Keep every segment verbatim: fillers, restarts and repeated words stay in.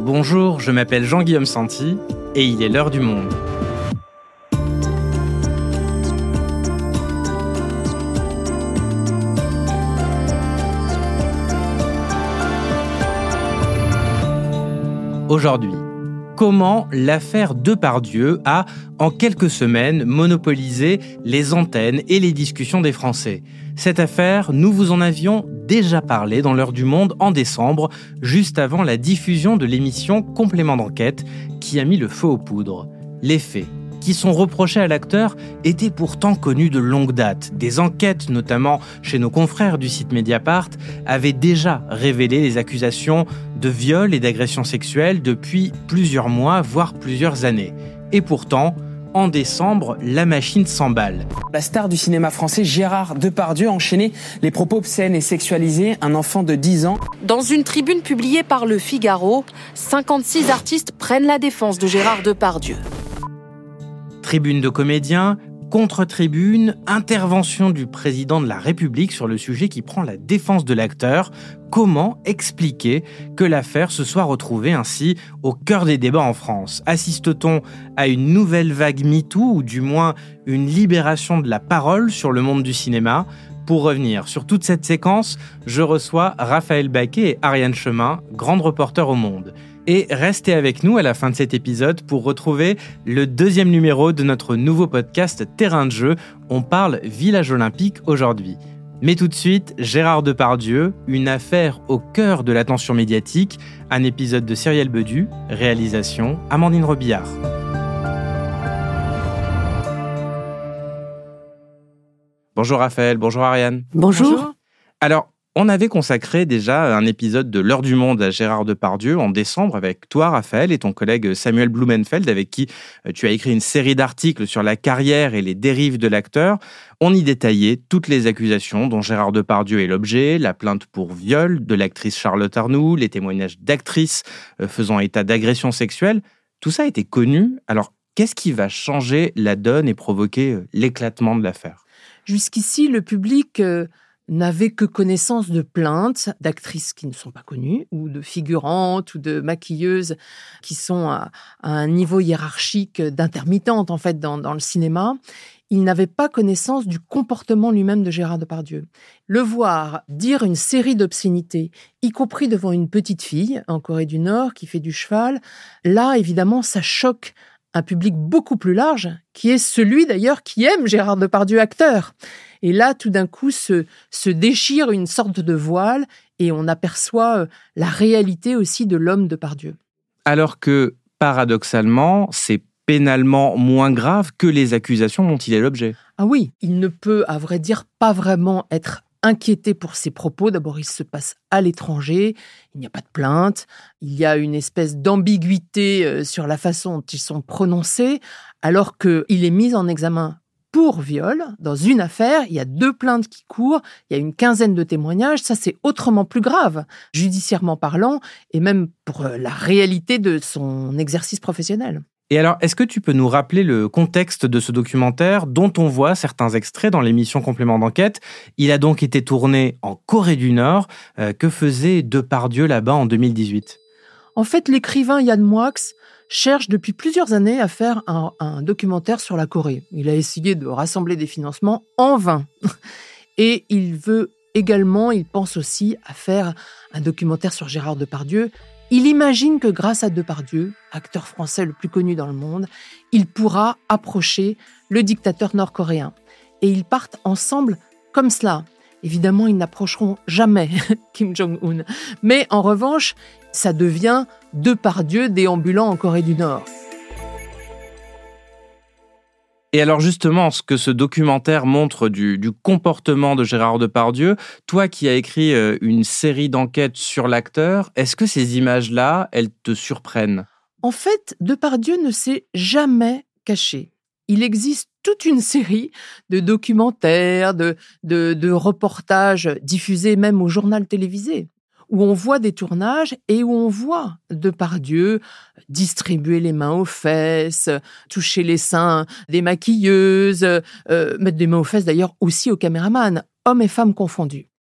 Bonjour, je m'appelle Jean-Guillaume Santi et il est l'heure du monde. Aujourd'hui, comment l'affaire Depardieu a, en quelques semaines, monopolisé les antennes et les discussions des Français. Cette affaire, nous vous en avions déjà parlé dans l'heure du monde en décembre, juste avant la diffusion de l'émission Complément d'enquête, qui a mis le feu aux poudres. Les faits qui sont reprochés à l'acteur étaient pourtant connus de longue date. Des enquêtes, notamment chez nos confrères du site Mediapart, avaient déjà révélé les accusations de viol et d'agression sexuelle depuis plusieurs mois, voire plusieurs années. Et pourtant, en décembre, la machine s'emballe. La star du cinéma français Gérard Depardieu a enchaîné les propos obscènes et sexualisés un enfant de dix ans. Dans une tribune publiée par Le Figaro, cinquante-six artistes prennent la défense de Gérard Depardieu. Tribune de comédiens, contre-tribune, intervention du président de la République sur le sujet qui prend la défense de l'acteur. Comment expliquer que l'affaire se soit retrouvée ainsi au cœur des débats en France ? Assiste-t-on à une nouvelle vague MeToo ou du moins une libération de la parole sur le monde du cinéma ? Pour revenir sur toute cette séquence, je reçois Raphaël Baquet et Ariane Chemin, grandes reporters au Monde. Et restez avec nous à la fin de cet épisode pour retrouver le deuxième numéro de notre nouveau podcast Terrain de jeu. On parle village olympique aujourd'hui. Mais tout de suite, Gérard Depardieu, une affaire au cœur de l'attention médiatique, un épisode de Cyrielle Bedu, réalisation Amandine Robillard. Bonjour Raphaël, bonjour Ariane. Bonjour. Bonjour. Alors, on avait consacré déjà un épisode de l'heure du monde à Gérard Depardieu en décembre avec toi, Raphaël, et ton collègue Samuel Blumenfeld, avec qui tu as écrit une série d'articles sur la carrière et les dérives de l'acteur. On y détaillait toutes les accusations dont Gérard Depardieu est l'objet, la plainte pour viol de l'actrice Charlotte Arnoult, les témoignages d'actrices faisant état d'agression sexuelle. Tout ça était connu. Alors, qu'est-ce qui va changer la donne et provoquer l'éclatement de l'affaire ? Jusqu'ici, le public euh, n'avait que connaissance de plaintes d'actrices qui ne sont pas connues, ou de figurantes, ou de maquilleuses qui sont à, à un niveau hiérarchique d'intermittente, en fait, dans, dans le cinéma. Il n'avait pas connaissance du comportement lui-même de Gérard Depardieu. Le voir dire une série d'obscénités, y compris devant une petite fille en Corée du Nord qui fait du cheval, là, évidemment, ça choque un public beaucoup plus large, qui est celui d'ailleurs qui aime Gérard Depardieu acteur. Et là, tout d'un coup, se, se déchire une sorte de voile et on aperçoit la réalité aussi de l'homme Depardieu. Alors que, paradoxalement, c'est pénalement moins grave que les accusations dont il est l'objet. Ah oui, il ne peut, à vrai dire, pas vraiment être inquiété pour ses propos. D'abord, il se passe à l'étranger, il n'y a pas de plainte, il y a une espèce d'ambiguïté sur la façon dont ils sont prononcés, alors qu'il est mis en examen pour viol. Dans une affaire, il y a deux plaintes qui courent, il y a une quinzaine de témoignages, ça c'est autrement plus grave, judiciairement parlant, et même pour la réalité de son exercice professionnel. Et alors, est-ce que tu peux nous rappeler le contexte de ce documentaire dont on voit certains extraits dans l'émission Complément d'enquête ? Il a donc été tourné en Corée du Nord. Euh, que faisait Depardieu là-bas en deux mille dix-huit ? En fait, l'écrivain Yann Moix cherche depuis plusieurs années à faire un, un documentaire sur la Corée. Il a essayé de rassembler des financements en vain. Et il veut également, il pense aussi à faire un documentaire sur Gérard Depardieu. Il imagine que grâce à Depardieu, acteur français le plus connu dans le monde, il pourra approcher le dictateur nord-coréen. Et ils partent ensemble comme cela. Évidemment, ils n'approcheront jamais Kim Jong-un. Mais en revanche, ça devient Depardieu déambulant en Corée du Nord. Et alors justement, ce que ce documentaire montre du, du comportement de Gérard Depardieu, toi qui as écrit une série d'enquêtes sur l'acteur, est-ce que ces images-là, elles te surprennent ? En fait, Depardieu ne s'est jamais caché. Il existe toute une série de documentaires, de, de, de reportages diffusés même au journal télévisé, où on voit des tournages et où on voit Depardieu distribuer les mains aux fesses, toucher les seins des maquilleuses, euh, mettre des mains aux fesses d'ailleurs aussi aux caméramans, hommes et femmes confondus.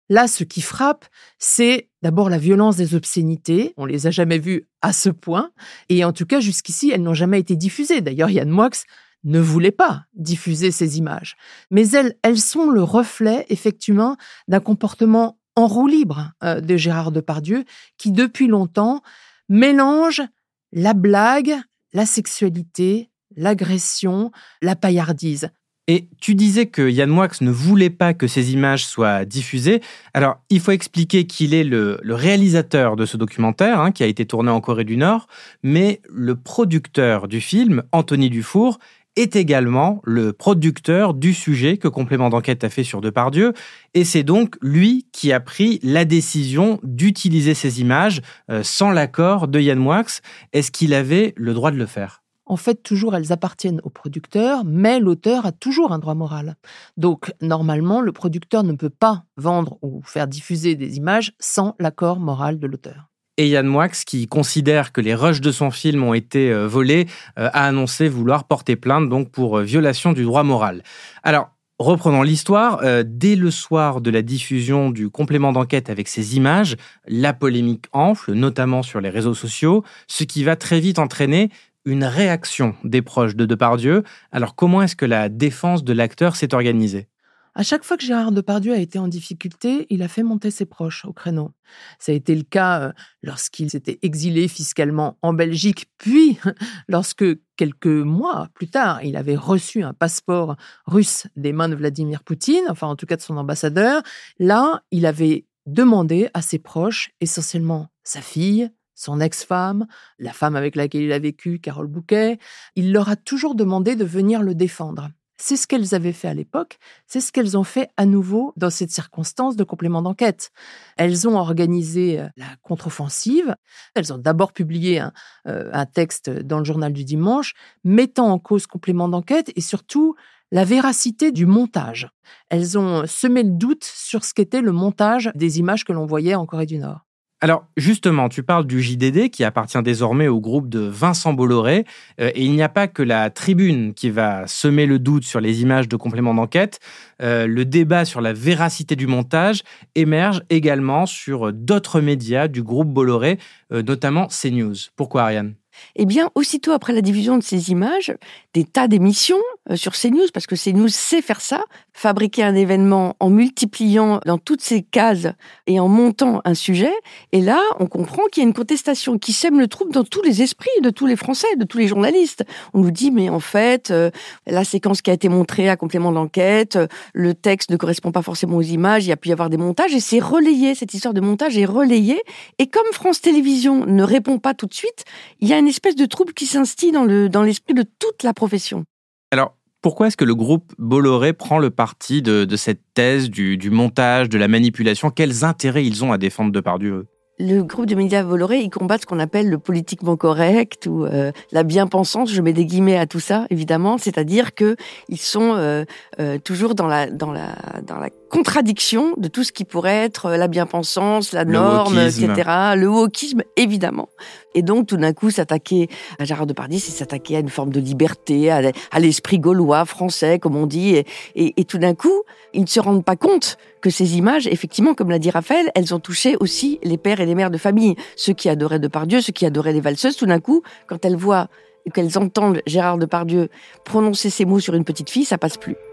Là, ce qui frappe, c'est d'abord la violence des obscénités. On les a jamais vues à ce point. Et en tout cas, jusqu'ici, elles n'ont jamais été diffusées. D'ailleurs, Yann Moix ne voulait pas diffuser ces images. Mais elles, elles sont le reflet, effectivement, d'un comportement en roue libre euh, de Gérard Depardieu, qui, depuis longtemps, mélange la blague, la sexualité, l'agression, la paillardise. Et tu disais que Yann Moix ne voulait pas que ces images soient diffusées. Alors, il faut expliquer qu'il est le, le réalisateur de ce documentaire, hein, qui a été tourné en Corée du Nord, mais le producteur du film, Anthony Dufour, est également le producteur du sujet que Complément d'enquête a fait sur Depardieu. Et c'est donc lui qui a pris la décision d'utiliser ces images euh, sans l'accord de Yann Moix. Est-ce qu'il avait le droit de le faire ? En fait, toujours, elles appartiennent au producteur, mais l'auteur a toujours un droit moral. Donc, normalement, le producteur ne peut pas vendre ou faire diffuser des images sans l'accord moral de l'auteur. Et Yann Moix, qui considère que les rushs de son film ont été euh, volés, euh, a annoncé vouloir porter plainte donc pour euh, violation du droit moral. Alors, reprenons l'histoire. Euh, dès le soir de la diffusion du complément d'enquête avec ces images, la polémique enfle, notamment sur les réseaux sociaux, ce qui va très vite entraîner une réaction des proches de Depardieu. Alors, comment est-ce que la défense de l'acteur s'est organisée ? À chaque fois que Gérard Depardieu a été en difficulté, il a fait monter ses proches au créneau. Ça a été le cas lorsqu'il s'était exilé fiscalement en Belgique, puis lorsque, quelques mois plus tard, il avait reçu un passeport russe des mains de Vladimir Poutine, enfin en tout cas de son ambassadeur. Là, il avait demandé à ses proches, essentiellement sa fille, son ex-femme, la femme avec laquelle il a vécu, Carole Bouquet, il leur a toujours demandé de venir le défendre. C'est ce qu'elles avaient fait à l'époque, c'est ce qu'elles ont fait à nouveau dans cette circonstance de complément d'enquête. Elles ont organisé la contre-offensive, elles ont d'abord publié un, euh, un texte dans le journal du dimanche, mettant en cause complément d'enquête et surtout la véracité du montage. Elles ont semé le doute sur ce qu'était le montage des images que l'on voyait en Corée du Nord. Alors, justement, tu parles du J D D qui appartient désormais au groupe de Vincent Bolloré. Euh, et il n'y a pas que la Tribune qui va semer le doute sur les images de complément d'enquête. Euh, le débat sur la véracité du montage émerge également sur d'autres médias du groupe Bolloré, euh, notamment CNews. Pourquoi, Ariane ? Eh bien, aussitôt après la diffusion de ces images, des tas d'émissions euh, sur CNews, parce que CNews sait faire ça, fabriquer un événement en multipliant dans toutes ces cases et en montant un sujet. Et là, on comprend qu'il y a une contestation qui sème le trouble dans tous les esprits de tous les Français, de tous les journalistes. On nous dit, mais en fait, euh, la séquence qui a été montrée à complément d'enquête, euh, le texte ne correspond pas forcément aux images, il y a pu y avoir des montages, et c'est relayé, cette histoire de montage est relayée. Et comme France Télévisions ne répond pas tout de suite, il y a une espèce de trouble qui s'instille dans, le, dans l'esprit de toute la profession. Alors, pourquoi est-ce que le groupe Bolloré prend le parti de, de cette thèse du, du montage, de la manipulation ? Quels intérêts ils ont à défendre Depardieu ? Le groupe de médias Bolloré, ils combattent ce qu'on appelle le politiquement correct ou euh, la bien-pensance. Je mets des guillemets à tout ça, évidemment. C'est-à-dire que ils sont euh, euh, toujours dans la dans la dans la contradiction de tout ce qui pourrait être la bien-pensance, la norme, et cetera. Le wokisme, évidemment. Et donc, tout d'un coup, s'attaquer à Gérard Depardieu, c'est s'attaquer à une forme de liberté, à, à l'esprit gaulois, français, comme on dit. Et, et, et tout d'un coup, ils ne se rendent pas compte que ces images, effectivement, comme l'a dit Raphaël, elles ont touché aussi les pères et les mères de famille. Ceux qui adoraient Depardieu, ceux qui adoraient les valseuses, tout d'un coup, quand elles voient, qu'elles entendent Gérard Depardieu prononcer ces mots sur une petite fille, ça passe plus.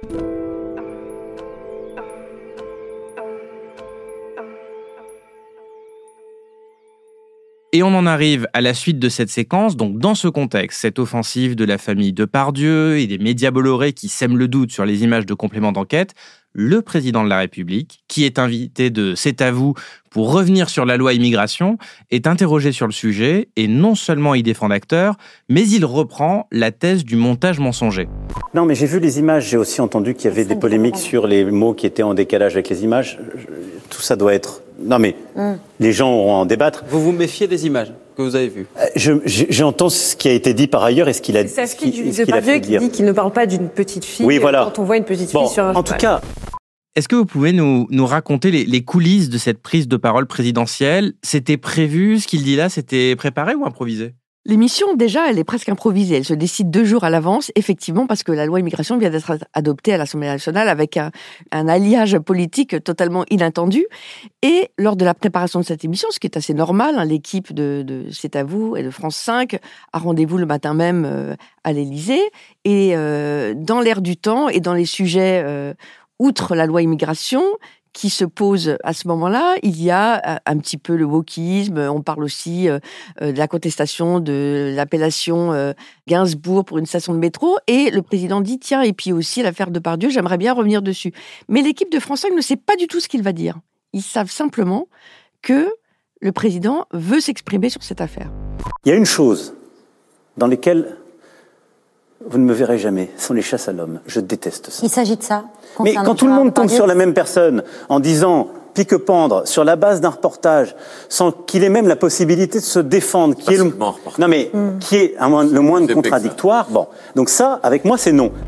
Et on en arrive à la suite de cette séquence. Donc, dans ce contexte, cette offensive de la famille Depardieu et des médias Bolloré qui sèment le doute sur les images de complément d'enquête, le président de la République, qui est invité de C'est à vous pour revenir sur la loi immigration, est interrogé sur le sujet et non seulement il défend l'acteur, mais il reprend la thèse du montage mensonger. Non, mais j'ai vu les images, j'ai aussi entendu qu'il y avait des polémiques sur les mots qui étaient en décalage avec les images. Tout ça doit être... Non, mais hum. les gens auront à en débattre. Vous vous méfiez des images que vous avez vues ? je, je, J'entends ce qui a été dit par ailleurs et ce qu'il a, c'est ce qu'il, du, ce qu'il a fait qui dire. dit qu'il ne parle pas d'une petite fille oui, voilà. Quand on voit une petite bon, fille sur un... En tout cas... Est-ce que vous pouvez nous, nous raconter les, les coulisses de cette prise de parole présidentielle ? C'était prévu, ce qu'il dit là, c'était préparé ou improvisé ? L'émission, déjà, elle est presque improvisée. Elle se décide deux jours à l'avance, effectivement, parce que la loi immigration vient d'être adoptée à l'Assemblée nationale avec un, un alliage politique totalement inattendu. Et lors de la préparation de cette émission, ce qui est assez normal, hein, l'équipe de, de C'est à vous et de France cinq a rendez-vous le matin même euh, à l'Élysée. Et euh, dans l'air du temps et dans les sujets, euh, outre la loi immigration, qui se pose à ce moment-là, il y a un petit peu le wokisme, on parle aussi euh, de la contestation de l'appellation euh, Gainsbourg pour une station de métro, et le président dit, tiens, et puis aussi l'affaire Depardieu, j'aimerais bien revenir dessus. Mais l'équipe de France cinq ne sait pas du tout ce qu'il va dire. Ils savent simplement que le président veut s'exprimer sur cette affaire. Il y a une chose dans laquelle vous ne me verrez jamais, ce sont les chasses à l'homme. Je déteste ça. Il s'agit de ça. Mais quand tout le monde tombe sur la même personne en disant pique-pendre sur la base d'un reportage, sans qu'il ait même la possibilité de se défendre, qui est le, non mais mm. qui est un, le moindre contradictoire. Bon, donc ça, avec moi, c'est non.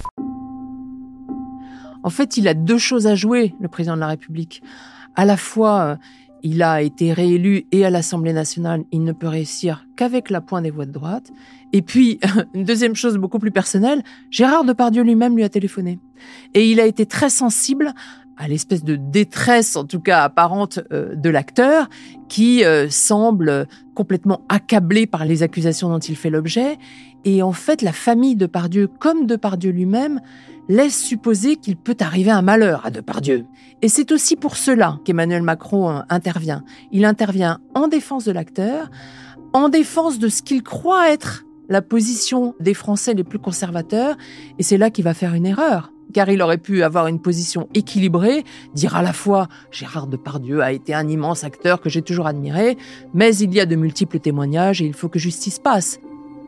En fait, il a deux choses à jouer, le président de la République. À la fois, il a été réélu et à l'Assemblée nationale, il ne peut réussir qu'avec l'appoint des voix de droite. Et puis, une deuxième chose beaucoup plus personnelle, Gérard Depardieu lui-même lui a téléphoné. Et il a été très sensible à l'espèce de détresse, en tout cas apparente, euh, de l'acteur, qui euh, semble complètement accablé par les accusations dont il fait l'objet. Et en fait, la famille Depardieu, comme Depardieu lui-même, laisse supposer qu'il peut arriver un malheur à Depardieu. Et c'est aussi pour cela qu'Emmanuel Macron euh, intervient. Il intervient en défense de l'acteur, en défense de ce qu'il croit être la position des Français les plus conservateurs, et c'est là qu'il va faire une erreur. Car il aurait pu avoir une position équilibrée, dire à la fois « Gérard Depardieu a été un immense acteur que j'ai toujours admiré, mais il y a de multiples témoignages et il faut que justice passe ».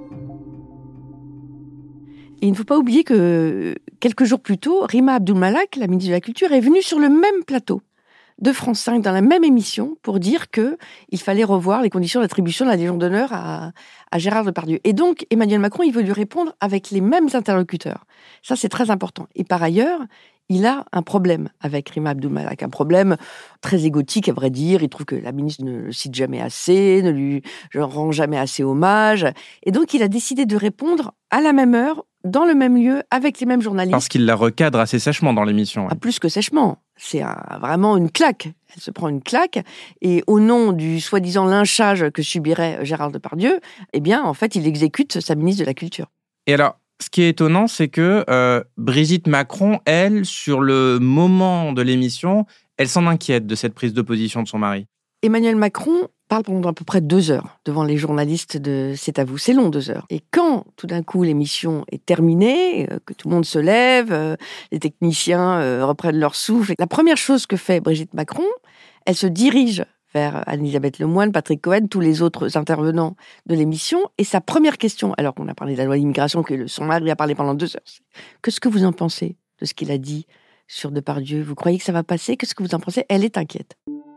Et il ne faut pas oublier que quelques jours plus tôt, Rima Abdul-Malak, la ministre de la Culture, est venue sur le même plateau de France cinq, dans la même émission, pour dire que il fallait revoir les conditions d'attribution de la Légion d'honneur à, à Gérard Depardieu. Et donc, Emmanuel Macron, il veut lui répondre avec les mêmes interlocuteurs. Ça, c'est très important. Et par ailleurs, il a un problème avec Rima Abdul-Malak, un problème très égotique, à vrai dire. Il trouve que la ministre ne le cite jamais assez, ne lui rend jamais assez hommage. Et donc, il a décidé de répondre à la même heure, dans le même lieu, avec les mêmes journalistes. Parce qu'il la recadre assez sèchement dans l'émission. Ouais. Ah, plus que sèchement. C'est un, vraiment une claque. Elle se prend une claque. Et au nom du soi-disant lynchage que subirait Gérard Depardieu, eh bien, en fait, il exécute sa ministre de la Culture. Et alors, ce qui est étonnant, c'est que euh, Brigitte Macron, elle, sur le moment de l'émission, elle s'en inquiète de cette prise de position de son mari. Emmanuel Macron parle pendant à peu près deux heures devant les journalistes de C'est à vous. C'est long, deux heures. Et quand, tout d'un coup, l'émission est terminée, que tout le monde se lève, les techniciens reprennent leur souffle, la première chose que fait Brigitte Macron, elle se dirige vers Anne-Elisabeth Lemoine, Patrick Cohen, tous les autres intervenants de l'émission. Et sa première question, alors qu'on a parlé de la loi d'immigration, que son mari a parlé pendant deux heures, c'est « Qu'est-ce que vous en pensez de ce qu'il a dit sur Depardieu ? Vous croyez que ça va passer ? Qu'est-ce que vous en pensez ?» Elle est inquiète.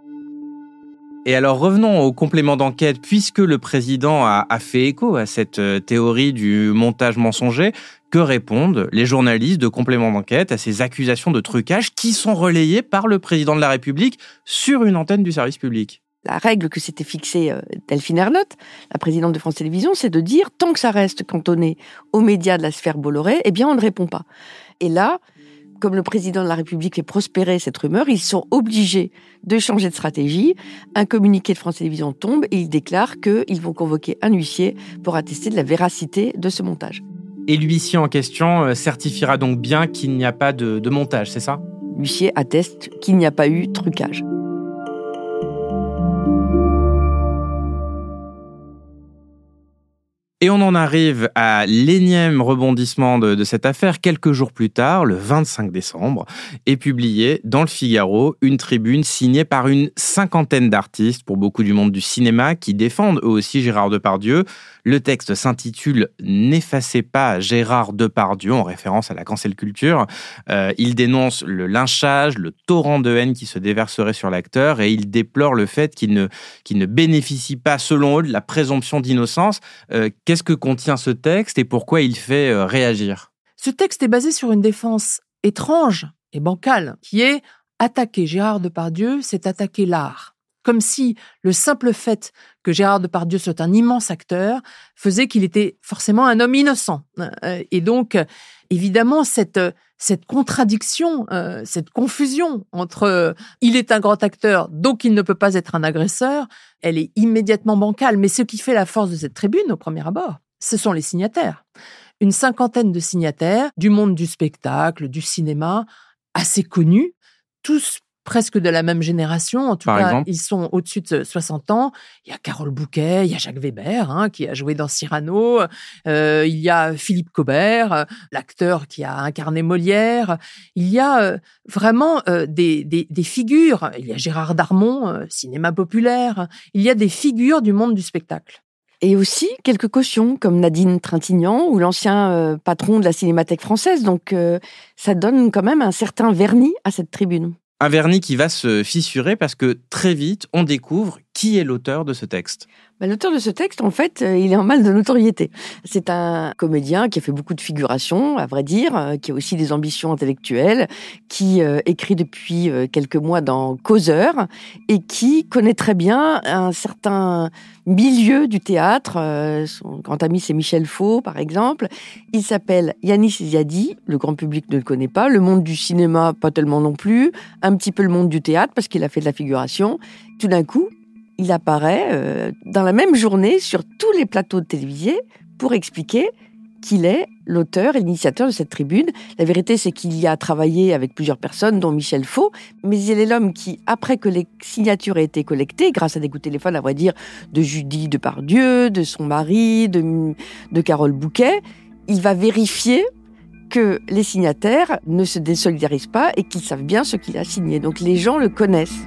Et alors revenons au complément d'enquête, puisque le président a, a fait écho à cette théorie du montage mensonger. Que répondent les journalistes de complément d'enquête à ces accusations de trucage qui sont relayées par le président de la République sur une antenne du service public ? La règle que s'était fixée Delphine Ernotte, la présidente de France Télévisions, c'est de dire tant que ça reste cantonné aux médias de la sphère Bolloré, eh bien on ne répond pas. Et là, comme le président de la République fait prospérer cette rumeur, ils sont obligés de changer de stratégie. Un communiqué de France Télévisions tombe et ils déclarent qu'ils vont convoquer un huissier pour attester de la véracité de ce montage. Et l'huissier en question certifiera donc bien qu'il n'y a pas de, de montage, c'est ça ? L'huissier atteste qu'il n'y a pas eu trucage. Et on en arrive à l'énième rebondissement de, de cette affaire. Quelques jours plus tard, le vingt-cinq décembre, est publiée dans le Figaro une tribune signée par une cinquantaine d'artistes, pour beaucoup du monde du cinéma, qui défendent eux aussi Gérard Depardieu. Le texte s'intitule « N'effacez pas Gérard Depardieu » en référence à la cancel culture. Euh, il dénonce le lynchage, le torrent de haine qui se déverserait sur l'acteur et il déplore le fait qu'il ne, qu'il ne bénéficie pas, selon eux, de la présomption d'innocence. Euh, qu'est-ce que contient ce texte et pourquoi il fait euh, réagir ? Ce texte est basé sur une défense étrange et bancale qui est « attaquer Gérard Depardieu, c'est attaquer l'art ». Comme si le simple fait que Gérard Depardieu soit un immense acteur faisait qu'il était forcément un homme innocent. Et donc, évidemment, cette, cette contradiction, euh, cette confusion entre euh, il est un grand acteur, donc il ne peut pas être un agresseur, elle est immédiatement bancale. Mais ce qui fait la force de cette tribune, au premier abord, ce sont les signataires. Une cinquantaine de signataires du monde du spectacle, du cinéma, assez connus, tous presque de la même génération. En tout Par cas, exemple, ils sont au-dessus de soixante ans. Il y a Carole Bouquet, il y a Jacques Weber, hein, qui a joué dans Cyrano. Euh, il y a Philippe Cobert, euh, l'acteur qui a incarné Molière. Il y a euh, vraiment euh, des, des, des figures. Il y a Gérard Darmon, euh, cinéma populaire. Il y a des figures du monde du spectacle. Et aussi quelques cautions, comme Nadine Trintignant ou l'ancien euh, patron de la Cinémathèque française. Donc, euh, ça donne quand même un certain vernis à cette tribune. Un vernis qui va se fissurer parce que très vite, on découvre qui est l'auteur de ce texte. Bah, l'auteur de ce texte, en fait, euh, il est en mal de notoriété. C'est un comédien qui a fait beaucoup de figurations, à vrai dire, euh, qui a aussi des ambitions intellectuelles, qui euh, écrit depuis euh, quelques mois dans Causeur et qui connaît très bien un certain milieu du théâtre. Euh, son grand ami, c'est Michel Faux, par exemple. Il s'appelle Yanis Ziadi. Le grand public ne le connaît pas. Le monde du cinéma, pas tellement non plus. Un petit peu le monde du théâtre, parce qu'il a fait de la figuration. Tout d'un coup, il apparaît euh, dans la même journée sur tous les plateaux de télévision pour expliquer qu'il est l'auteur et l'initiateur de cette tribune. La vérité, c'est qu'il y a travaillé avec plusieurs personnes, dont Michel Faux, mais il est l'homme qui, après que les signatures aient été collectées, grâce à des coups de téléphone, à vrai dire, de Judy Depardieu, de son mari, de, de Carole Bouquet, il va vérifier que les signataires ne se désolidarisent pas et qu'ils savent bien ce qu'il a signé. Donc les gens le connaissent.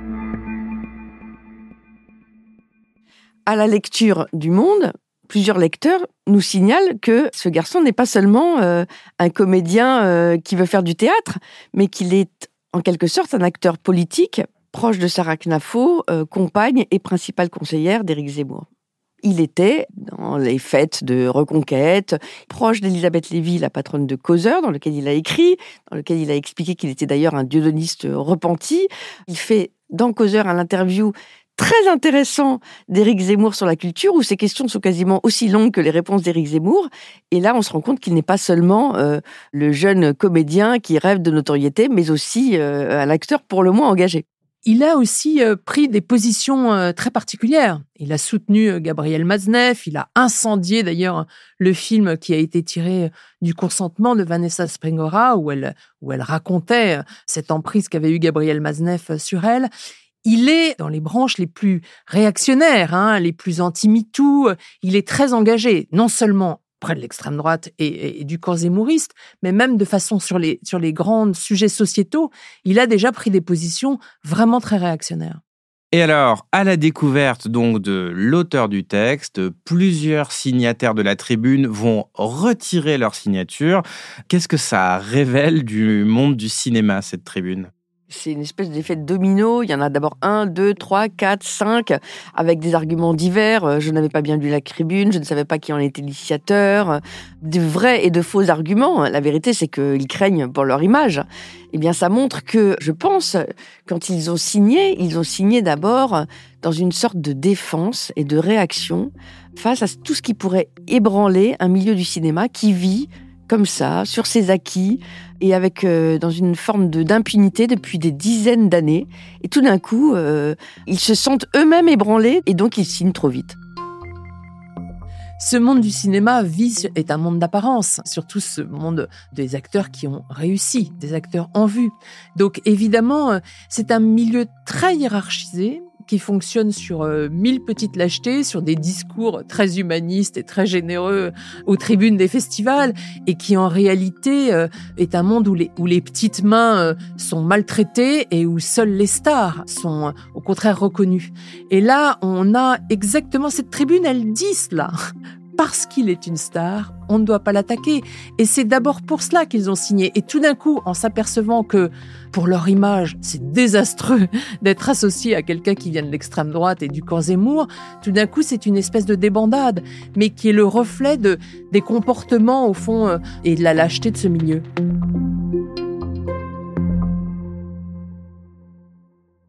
À la lecture du Monde, plusieurs lecteurs nous signalent que ce garçon n'est pas seulement euh, un comédien euh, qui veut faire du théâtre, mais qu'il est en quelque sorte un acteur politique proche de Sarah Knafo, euh, compagne et principale conseillère d'Éric Zemmour. Il était, dans les fêtes de Reconquête, proche d'Elisabeth Lévy, la patronne de Causeur, dans lequel il a écrit, dans lequel il a expliqué qu'il était d'ailleurs un dieudoniste repenti. Il fait dans Causeur un interview très intéressant d'Éric Zemmour sur la culture, où ses questions sont quasiment aussi longues que les réponses d'Éric Zemmour. Et là, on se rend compte qu'il n'est pas seulement euh, le jeune comédien qui rêve de notoriété, mais aussi euh, un acteur pour le moins engagé. Il a aussi euh, pris des positions euh, très particulières. Il a soutenu euh, Gabriel Maznev, il a incendié d'ailleurs le film qui a été tiré du consentement de Vanessa Springora, où elle, où elle racontait cette emprise qu'avait eu Gabriel Maznev sur elle. Il est dans les branches les plus réactionnaires, hein, les plus anti-MeToo. Il est très engagé, non seulement près de l'extrême droite et, et, et du corps zémouriste, mais même de façon sur les, sur les grands sujets sociétaux. Il a déjà pris des positions vraiment très réactionnaires. Et alors, à la découverte donc de l'auteur du texte, plusieurs signataires de la tribune vont retirer leur signature. Qu'est-ce que ça révèle du monde du cinéma, cette tribune ? C'est une espèce d'effet de domino. Il y en a d'abord un, deux, trois, quatre, cinq, avec des arguments divers. Je n'avais pas bien lu la tribune, je ne savais pas qui en était l'initiateur. De vrais et de faux arguments. La vérité, c'est qu'ils craignent pour leur image. Eh bien, ça montre que, je pense, quand ils ont signé, ils ont signé d'abord dans une sorte de défense et de réaction face à tout ce qui pourrait ébranler un milieu du cinéma qui vit comme ça, sur ses acquis, et avec euh, dans une forme de d'impunité depuis des dizaines d'années. Et tout d'un coup, euh, ils se sentent eux-mêmes ébranlés, et donc ils signent trop vite. Ce monde du cinéma vit, est un monde d'apparence, surtout ce monde des acteurs qui ont réussi, des acteurs en vue. Donc évidemment, c'est un milieu très hiérarchisé, qui fonctionne sur euh, mille petites lâchetés, sur des discours très humanistes et très généreux aux tribunes des festivals, et qui en réalité euh, est un monde où les, où les petites mains euh, sont maltraitées et où seules les stars sont euh, au contraire reconnues. Et là, on a exactement cette tribune, elle dit cela. Parce qu'il est une star, on ne doit pas l'attaquer. Et c'est d'abord pour cela qu'ils ont signé. Et tout d'un coup, en s'apercevant que, pour leur image, c'est désastreux d'être associé à quelqu'un qui vient de l'extrême droite et du camp Zemmour, tout d'un coup, c'est une espèce de débandade, mais qui est le reflet de, des comportements, au fond, euh, et de la lâcheté de ce milieu.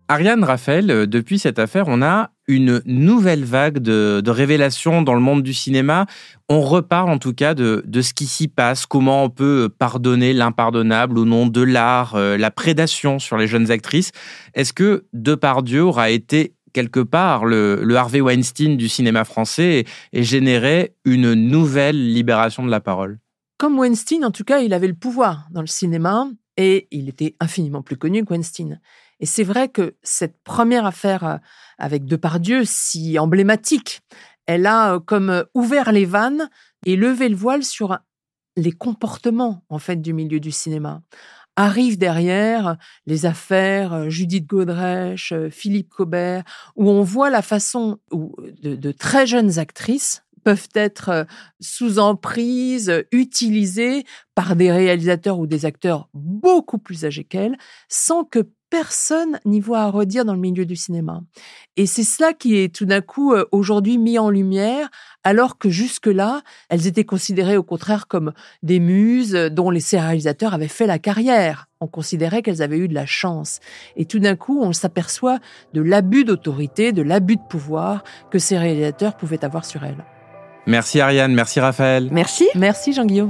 Ariane, Raphaël, depuis cette affaire, on a une nouvelle vague de, de révélations dans le monde du cinéma. On reparle en tout cas de, de ce qui s'y passe, comment on peut pardonner l'impardonnable au nom de l'art, euh, la prédation sur les jeunes actrices. Est-ce que Depardieu aura été quelque part le, le Harvey Weinstein du cinéma français et, et généré une nouvelle libération de la parole ? Comme Weinstein, en tout cas, il avait le pouvoir dans le cinéma et il était infiniment plus connu que Weinstein. Et c'est vrai que cette première affaire avec Depardieu, si emblématique, elle a comme ouvert les vannes et levé le voile sur les comportements, en fait, du milieu du cinéma. Arrivent derrière les affaires Judith Godrèche, Philippe Cobert, où on voit la façon où de, de très jeunes actrices peuvent être sous emprise, utilisées par des réalisateurs ou des acteurs beaucoup plus âgés qu'elles, sans que personne n'y voit à redire dans le milieu du cinéma. Et c'est cela qui est tout d'un coup aujourd'hui mis en lumière, alors que jusque-là, elles étaient considérées au contraire comme des muses dont les ces réalisateurs avaient fait la carrière. On considérait qu'elles avaient eu de la chance. Et tout d'un coup, on s'aperçoit de l'abus d'autorité, de l'abus de pouvoir que ces réalisateurs pouvaient avoir sur elles. Merci Ariane, merci Raphaël. Merci. Merci Jean-Guillaume.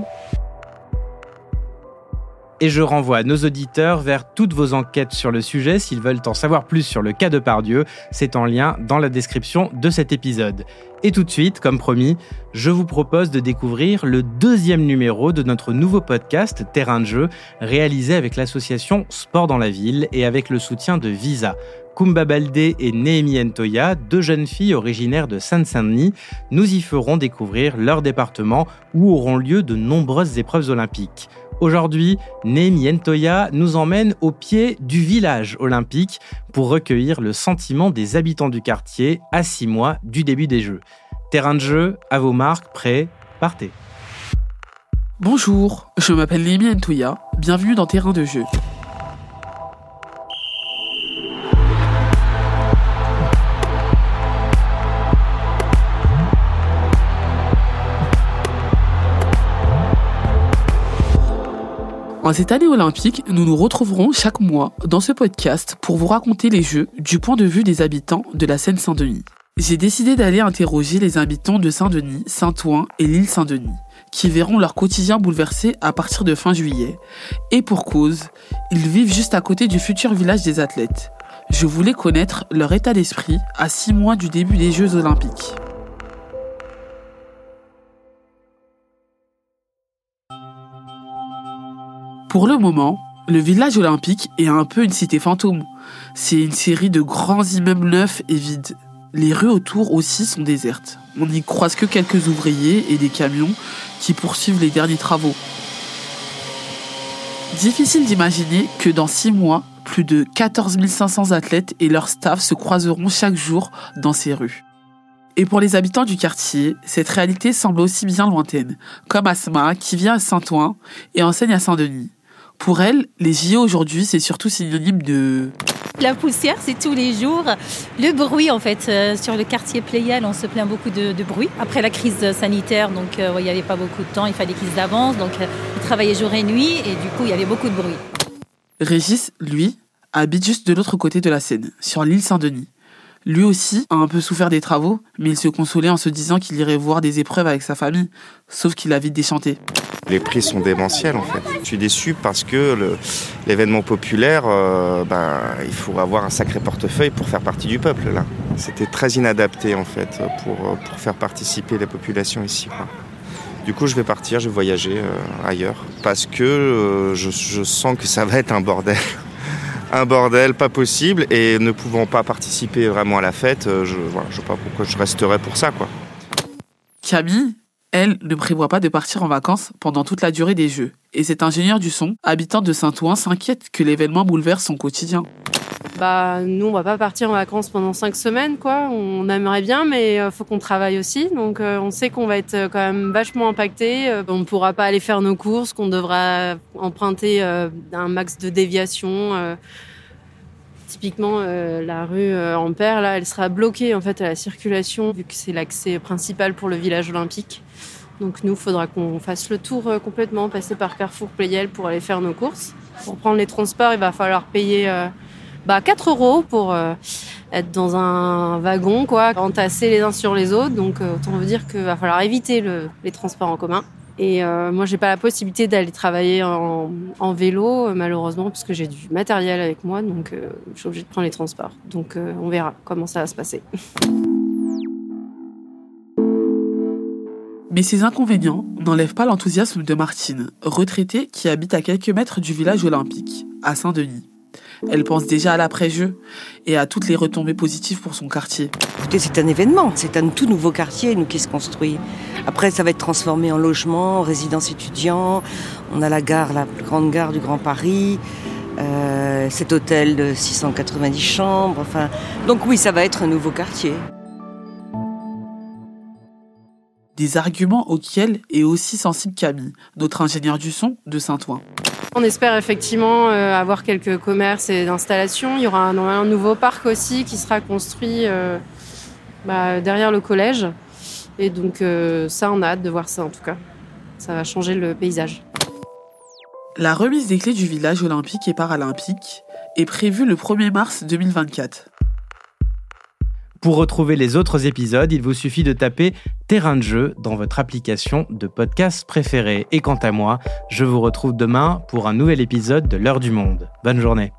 Et je renvoie nos auditeurs vers toutes vos enquêtes sur le sujet. S'ils veulent en savoir plus sur le cas Depardieu, c'est en lien dans la description de cet épisode. Et tout de suite, comme promis, je vous propose de découvrir le deuxième numéro de notre nouveau podcast Terrain de jeu, réalisé avec l'association Sport dans la ville et avec le soutien de Visa. Koumba Baldé et Néhémie Ntoya, deux jeunes filles originaires de Seine-Saint-Denis, nous y ferons découvrir leur département où auront lieu de nombreuses épreuves olympiques. Aujourd'hui, Néhémie Ntoya nous emmène au pied du village olympique pour recueillir le sentiment des habitants du quartier à six mois du début des Jeux. Terrain de jeu, à vos marques, prêts, partez. Bonjour, je m'appelle Néhémie Ntoya, bienvenue dans Terrain de jeu. En cette année olympique, nous nous retrouverons chaque mois dans ce podcast pour vous raconter les Jeux du point de vue des habitants de la Seine-Saint-Denis. J'ai décidé d'aller interroger les habitants de Saint-Denis, Saint-Ouen et l'île Saint-Denis, qui verront leur quotidien bouleversé à partir de fin juillet. Et pour cause, ils vivent juste à côté du futur village des athlètes. Je voulais connaître leur état d'esprit à six mois du début des Jeux olympiques. Pour le moment, le village olympique est un peu une cité fantôme. C'est une série de grands immeubles neufs et vides. Les rues autour aussi sont désertes. On n'y croise que quelques ouvriers et des camions qui poursuivent les derniers travaux. Difficile d'imaginer que dans six mois, plus de quatorze mille cinq cents athlètes et leur staff se croiseront chaque jour dans ces rues. Et pour les habitants du quartier, cette réalité semble aussi bien lointaine, comme Asma qui vient à Saint-Ouen et enseigne à Saint-Denis. Pour elle, les J O aujourd'hui, c'est surtout synonyme de... La poussière, c'est tous les jours. Le bruit, en fait, euh, sur le quartier Pleyel, on se plaint beaucoup de, de bruit. Après la crise sanitaire, donc euh, ouais, il n'y avait pas beaucoup de temps, il fallait qu'ils avancent, donc euh, ils travaillaient jour et nuit, et du coup, il y avait beaucoup de bruit. Régis, lui, habite juste de l'autre côté de la Seine, sur l'île Saint-Denis. Lui aussi a un peu souffert des travaux, mais il se consolait en se disant qu'il irait voir des épreuves avec sa famille, sauf qu'il a vite déchanté. Les prix sont démentiels en fait. Je suis déçu parce que le, l'événement populaire, euh, ben, il faut avoir un sacré portefeuille pour faire partie du peuple là. C'était très inadapté en fait pour, pour faire participer les populations ici, quoi. Du coup, je vais partir, je vais voyager euh, ailleurs parce que euh, je, je sens que ça va être un bordel. Un bordel pas possible et ne pouvant pas participer vraiment à la fête, je voilà, je sais pas pourquoi je resterais pour ça, quoi. Camille, elle, ne prévoit pas de partir en vacances pendant toute la durée des Jeux. Et cet ingénieur du son, habitant de Saint-Ouen, s'inquiète que l'événement bouleverse son quotidien. Bah, nous, on va pas partir en vacances pendant cinq semaines, quoi. On aimerait bien, mais euh, faut qu'on travaille aussi. Donc, euh, on sait qu'on va être euh, quand même vachement impacté. Euh, on ne pourra pas aller faire nos courses, qu'on devra emprunter euh, un max de déviation. Euh, typiquement, euh, la rue euh, Ampère, là, elle sera bloquée en fait à la circulation, vu que c'est l'accès principal pour le village olympique. Donc, nous, il faudra qu'on fasse le tour euh, complètement, passer par Carrefour Pleyel pour aller faire nos courses. Pour prendre les transports, il va falloir payer... Euh, Bah quatre euros pour euh, être dans un wagon, quoi, entassés les uns sur les autres. Donc euh, autant vous dire qu'il va falloir éviter le, les transports en commun. Et euh, moi, j'ai pas la possibilité d'aller travailler en, en vélo, malheureusement, parce que j'ai du matériel avec moi, donc euh, je suis obligée de prendre les transports. Donc euh, on verra comment ça va se passer. Mais ces inconvénients n'enlèvent pas l'enthousiasme de Martine, retraitée qui habite à quelques mètres du village olympique, à Saint-Denis. Elle pense déjà à l'après-jeu et à toutes les retombées positives pour son quartier. Écoutez, c'est un événement, c'est un tout nouveau quartier, nous, qui se construit. Après, ça va être transformé en logement, en résidence étudiant. On a la gare, la plus grande gare du Grand Paris, euh, cet hôtel de six cent quatre-vingt-dix chambres. Enfin, donc oui, ça va être un nouveau quartier. Des arguments auxquels est aussi sensible Camille, notre ingénieure du son de Saint-Ouen. On espère effectivement euh, avoir quelques commerces et installations. Il y aura un, un nouveau parc aussi qui sera construit euh, bah, derrière le collège. Et donc euh, ça, on a hâte de voir ça en tout cas. Ça va changer le paysage. La remise des clés du village olympique et paralympique est prévue le premier mars deux mille vingt-quatre. Pour retrouver les autres épisodes, il vous suffit de taper Terrain de jeu dans votre application de podcast préférée. Et quant à moi, je vous retrouve demain pour un nouvel épisode de l'Heure du Monde. Bonne journée.